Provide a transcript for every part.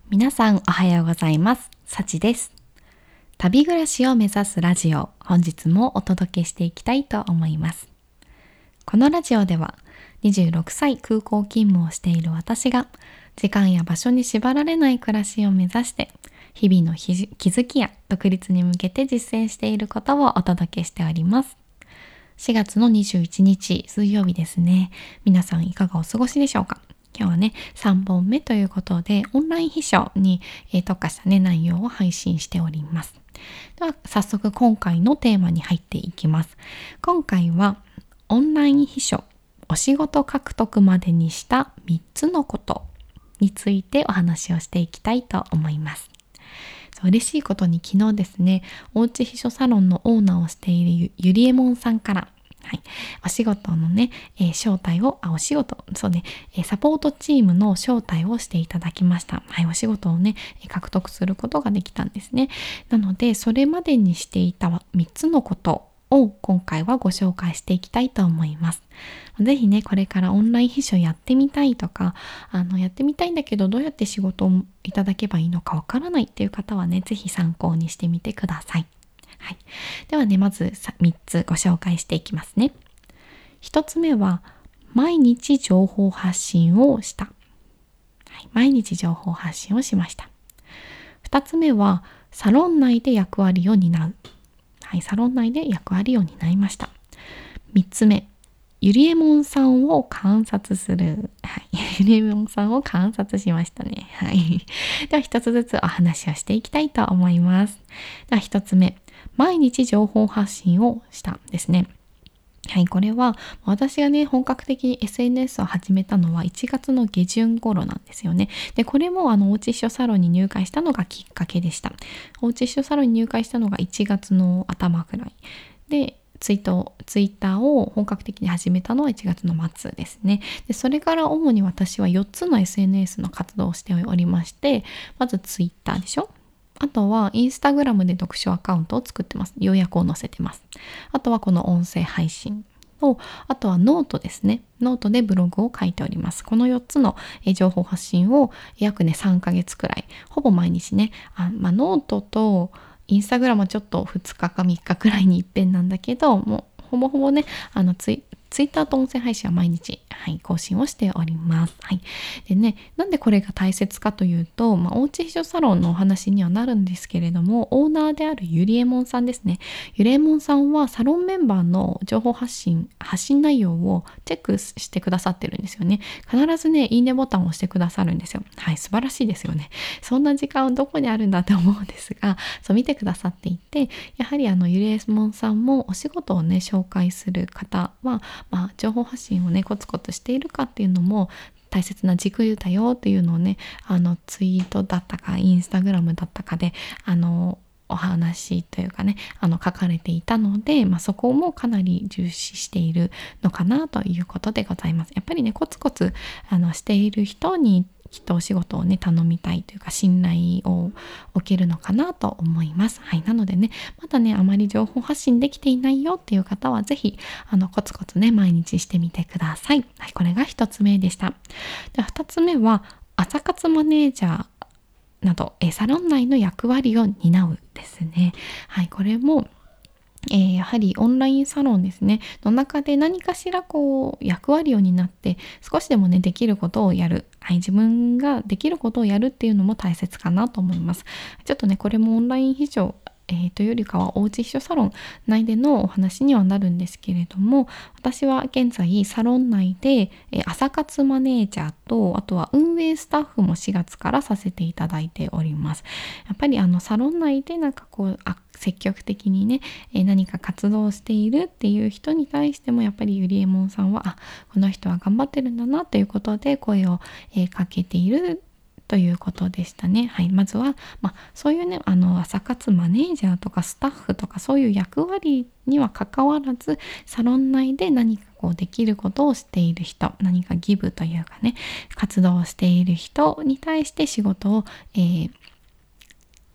皆さんおはようございます。さちです。旅暮らしを目指すラジオ、本日もお届けしていきたいと思います。このラジオでは26歳空港勤務をしている私が時間や場所に縛られない暮らしを目指して日々の気づきや独立に向けて実践していることをお届けしております。4月の21日水曜日ですね。皆さんいかがお過ごしでしょうか？今日はね、3本目ということで、オンライン秘書に特化したね、内容を配信しております。では、早速今回のテーマに入っていきます。今回は、オンライン秘書、お仕事獲得までにした3つのことについてお話をしていきたいと思います。嬉しいことに昨日ですね、おうち秘書サロンのオーナーをしているゆりえもんさんから、お仕事のね、招待を、サポートチームの招待をしていただきました。お仕事をね、獲得することができたんですね。なので、それまでにしていた3つのことを今回はご紹介していきたいと思います。ぜひね、これからオンライン秘書やってみたいとか、やってみたいんだけどどうやって仕事をいただけばいいのかわからないっていう方はね、ぜひ参考にしてみてください。ではね、まず3つご紹介していきますね。1つ目は、毎日情報発信をした。毎日情報発信をしました。2つ目は、サロン内で役割を担う。サロン内で役割を担いました。3つ目、ゆりえもんさんを観察する。ゆりえもんさんを観察しましたね。では一つずつお話をしていきたいと思います。では一つ目、毎日情報発信をしたですね。これは私がね、本格的に SNS を始めたのは1月の下旬頃なんですよね。で、これもおうち秘書サロンに入会したのがきっかけでした。おうち秘書サロンに入会したのが1月の頭くらい。で、ツイッターを本格的に始めたのは1月の末ですね。で、それから主に私は4つの SNS の活動をしておりまして、まずツイッターでしょ。あとはインスタグラムで読書アカウントを作ってます。要約を載せてます。あとはこの音声配信と、あとはノートですね。ノートでブログを書いております。この4つの情報発信を約ね3ヶ月くらい、ほぼ毎日ね、ノートとインスタグラムはちょっと2日か3日くらいに一遍なんだけど、もうほぼほぼね、ツイッターと音声配信は毎日、更新をしております。でね、なんでこれが大切かというと、おうち秘書サロンのお話にはなるんですけれども、オーナーであるゆりえもんさんですね。ゆりえもんさんはサロンメンバーの情報発信内容をチェックしてくださってるんですよね。必ずね、いいねボタンを押してくださるんですよ。素晴らしいですよね。そんな時間はどこにあるんだって思うんですが、そう見てくださっていて、やはりゆりえもんさんもお仕事をね、紹介する方は、情報発信をねコツコツしているかっていうのも大切な軸だよっていうのをね、ツイートだったかインスタグラムだったかでお話というかね書かれていたので、そこもかなり重視しているのかなということでございます。やっぱりねコツコツしている人にきっとお仕事をね頼みたいというか信頼を受けるのかなと思います。なのでね、まだねあまり情報発信できていないよっていう方はぜひコツコツね毎日してみてください。これが一つ目でした。で、二つ目は朝活マネージャーなどサロン内の役割を担うですね。これもやはりオンラインサロンですねの中で何かしらこう役割を担って少しでもねできることをやる、自分ができることをやるっていうのも大切かなと思います。ちょっとねこれもオンライン秘書というよりかはおうち秘書サロン内でのお話にはなるんですけれども、私は現在サロン内で朝活マネージャーとあとは運営スタッフも4月からさせていただいております。やっぱりサロン内でなんかこう積極的にね何か活動しているっていう人に対してもやっぱりゆりえもんさんはこの人は頑張ってるんだなということで声をかけているということでしたね。まずは、そういうね、朝活マネージャーとかスタッフとかそういう役割にはかかわらず、サロン内で何かこうできることをしている人、何かギブというかね、活動をしている人に対して仕事を、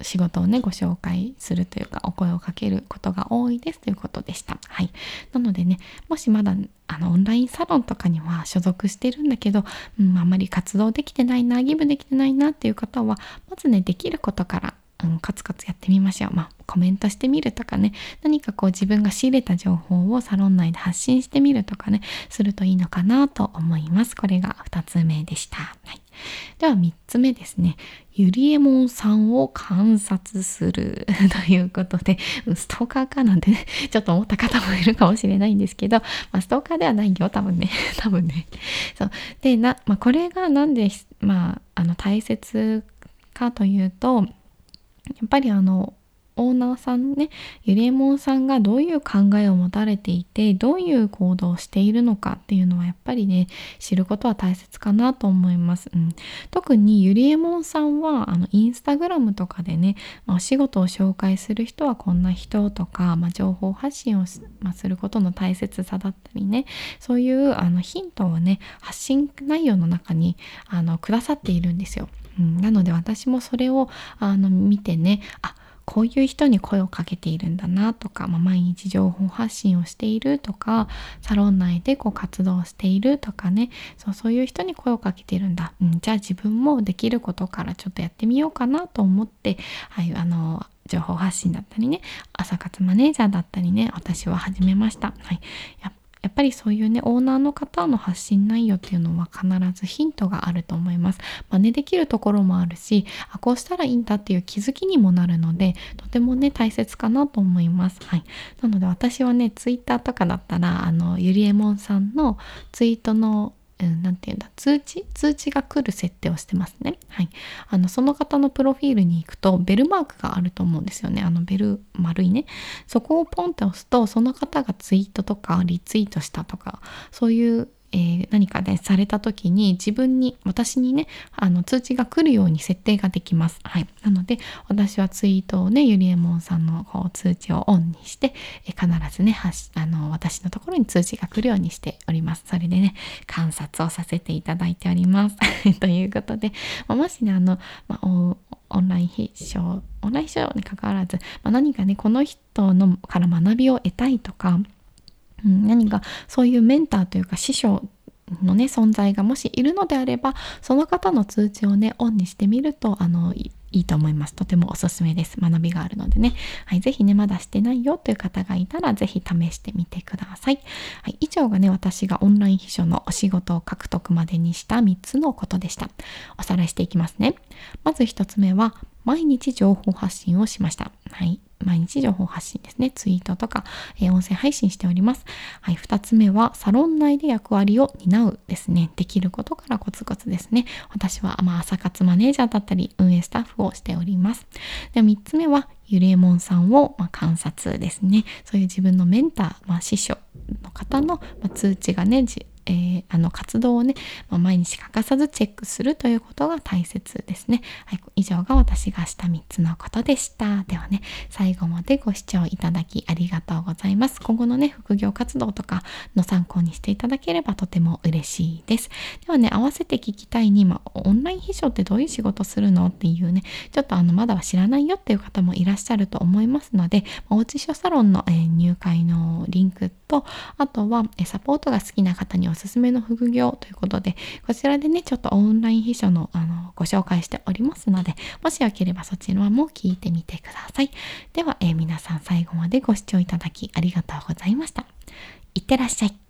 仕事をねご紹介するというかお声をかけることが多いですということでした。はい。なのでね、もしまだオンラインサロンとかには所属してるんだけど、あんまり活動できてないな、ギブできてないなっていう方は、まずねできることからカツカツやってみましょう。コメントしてみるとかね、何か自分が仕入れた情報をサロン内で発信してみるとかね、するといいのかなと思います。これが2つ目でした。はい。では3つ目ですね。ゆりえもんさんを観察するということで、ストーカーかなんてね、ちょっと思った方もいるかもしれないんですけど、ストーカーではないよ、多分ね。多分ね。そう。で、これがなんで、大切かというと、やっぱりオーナーさんね、ゆりえもんさんがどういう考えを持たれていて、どういう行動をしているのかっていうのはやっぱりね、知ることは大切かなと思います。特にゆりえもんさんは、インスタグラムとかでね、お仕事を紹介する人はこんな人とか、情報発信をすることの大切さだったりね、そういうヒントをね、発信内容の中にくださっているんですよ。なので私もそれを見てね、こういう人に声をかけているんだなとか、毎日情報発信をしているとか、サロン内で活動しているとかね、そういう人に声をかけているんだ。じゃあ自分もできることからちょっとやってみようかなと思って、はい、情報発信だったりね、朝活マネージャーだったりね、私は始めました。はい。やっぱりそういうね、オーナーの方の発信内容っていうのは必ずヒントがあると思います。真似できるところもあるし、こうしたらいいんだっていう気づきにもなるので、とてもね、大切かなと思います。はい。なので私はね、ツイッターとかだったら、ゆりえもんさんのツイートのなんていうんだ、通知が来る設定をしてますね。はい。その方のプロフィールに行くと、ベルマークがあると思うんですよね。ベル丸いね。そこをポンって押すと、その方がツイートとかリツイートしたとか、そういう何かねされた時に私にね通知が来るように設定ができます。はい。なので私はツイートをねゆりえもんさんの通知をオンにして必ずね私のところに通知が来るようにしております。それでね観察をさせていただいておりますということで、もしねオンライン秘書に関わらず、何かねこの人のから学びを得たいとか、何かそういうメンターというか師匠のね存在がもしいるのであれば、その方の通知をねオンにしてみるといいと思います。とてもおすすめです。学びがあるのでね。はい、ぜひねまだしてないよという方がいたらぜひ試してみてください。はい、以上がね私がオンライン秘書のお仕事を獲得までにした3つのことでした。おさらいしていきますね。まず1つ目は毎日情報発信をしました。はい。毎日情報発信ですね。ツイートとか、音声配信しております。はい。2つ目は、サロン内で役割を担うですね。できることからコツコツですね。私は、朝活マネージャーだったり、運営スタッフをしております。で、3つ目は、ゆりえもんさんを、観察ですね。そういう自分のメンター、師匠の方の、通知がね、活動をね、毎日欠かさずチェックするということが大切ですね。はい、以上が私がした3つのことでした。ではね、最後までご視聴いただきありがとうございます。今後のね、副業活動とかの参考にしていただければとても嬉しいです。ではね、合わせて聞きたいに、オンライン秘書ってどういう仕事するのっていうね、ちょっとまだは知らないよっていう方もいらっしゃると思いますので、おうち書サロンの、入会のリンクと、あとはサポートが好きな方におすすめの副業ということで、こちらでね、ちょっとオンライン秘書のご紹介しておりますので、もしよければそちらも聞いてみてください。では、皆さん最後までご視聴いただきありがとうございました。いってらっしゃい。